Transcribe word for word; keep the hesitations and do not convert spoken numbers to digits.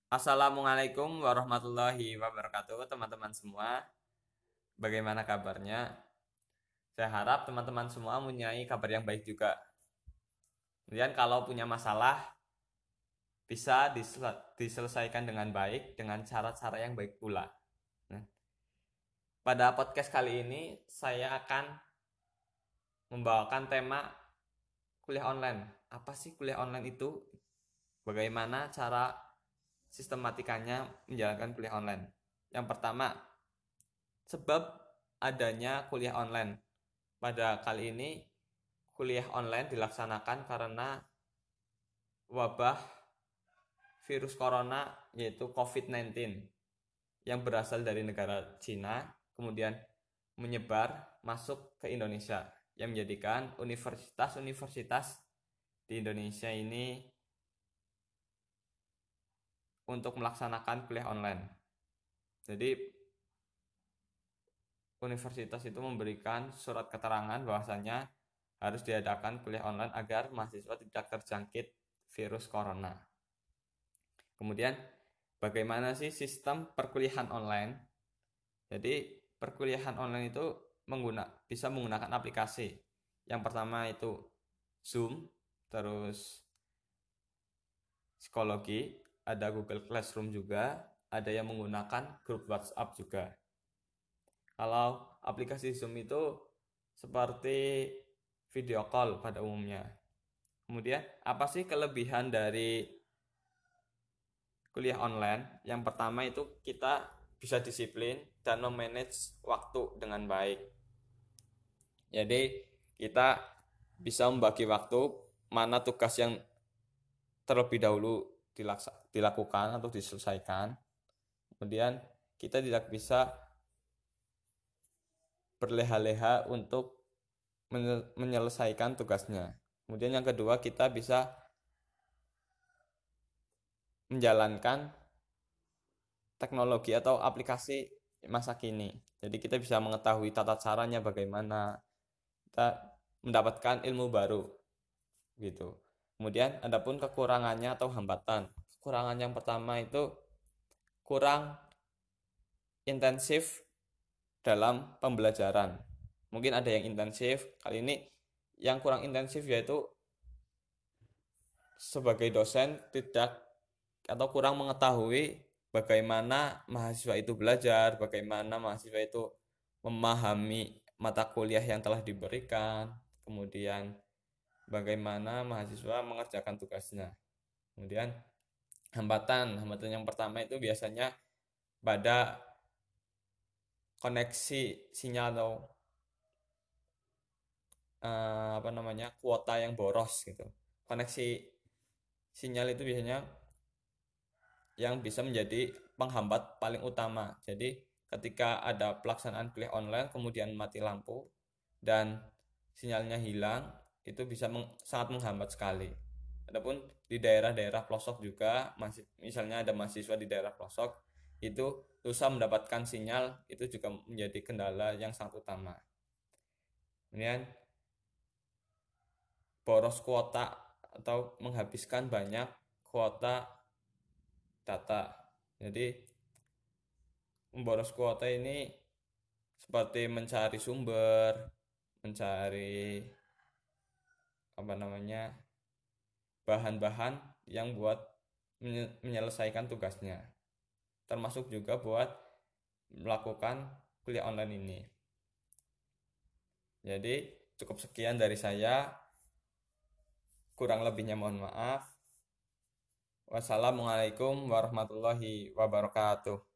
Assalamualaikum warahmatullahi wabarakatuh, teman-teman semua. Bagaimana kabarnya? Saya harap teman-teman semua mempunyai kabar yang baik juga. Kemudian kalau punya masalah bisa diselesaikan dengan baik dengan cara-cara yang baik pula. Nah, pada podcast kali ini saya akan membawakan tema kuliah online. Apa sih kuliah online itu? Bagaimana cara sistematikanya menjalankan kuliah online? Yang pertama, sebab adanya kuliah online. Pada kali ini, kuliah online dilaksanakan karena wabah virus corona yaitu covid sembilan belas yang berasal dari negara Cina, kemudian menyebar masuk ke Indonesia, yang menjadikan universitas-universitas di Indonesia ini untuk melaksanakan kuliah online. Jadi universitas itu memberikan surat keterangan bahwasanya harus diadakan kuliah online agar mahasiswa tidak terjangkit virus corona. Kemudian bagaimana sih sistem perkuliahan online? Jadi perkuliahan online itu mengguna, bisa menggunakan aplikasi. Yang pertama itu Zoom, terus psikologi, ada Google Classroom juga, ada yang menggunakan grup WhatsApp juga. Kalau aplikasi Zoom itu seperti video call pada umumnya. Kemudian apa sih kelebihan dari kuliah online? Yang pertama itu kita bisa disiplin dan memanage waktu dengan baik. Jadi kita bisa membagi waktu mana tugas yang terlebih dahulu dilakukan atau diselesaikan. Kemudian kita tidak bisa berleha-leha untuk menyelesaikan tugasnya. Kemudian yang kedua, kita bisa menjalankan teknologi atau aplikasi masa kini. Jadi kita bisa mengetahui tata caranya bagaimana, kita mendapatkan ilmu baru gitu. Kemudian adapun kekurangannya atau hambatan. Kekurangan yang pertama itu kurang intensif dalam pembelajaran. Mungkin ada yang intensif, kali ini yang kurang intensif yaitu sebagai dosen tidak atau kurang mengetahui bagaimana mahasiswa itu belajar, bagaimana mahasiswa itu memahami mata kuliah yang telah diberikan, kemudian bagaimana mahasiswa mengerjakan tugasnya. Kemudian hambatan, hambatan yang pertama itu biasanya pada koneksi sinyal atau eh, apa namanya kuota yang boros gitu. Koneksi sinyal itu biasanya yang bisa menjadi penghambat paling utama. Jadi ketika ada pelaksanaan kuliah online kemudian mati lampu dan sinyalnya hilang, itu bisa meng, sangat menghambat sekali. Adapun di daerah-daerah pelosok juga, masih misalnya ada mahasiswa di daerah pelosok, itu susah mendapatkan sinyal, itu juga menjadi kendala yang sangat utama. Kemudian boros kuota atau menghabiskan banyak kuota data. Jadi memboros kuota ini seperti mencari sumber, mencari apa namanya bahan-bahan yang buat menyelesaikan tugasnya, termasuk juga buat melakukan kuliah online ini. Jadi cukup sekian dari saya, kurang lebihnya mohon maaf. Wassalamualaikum warahmatullahi wabarakatuh.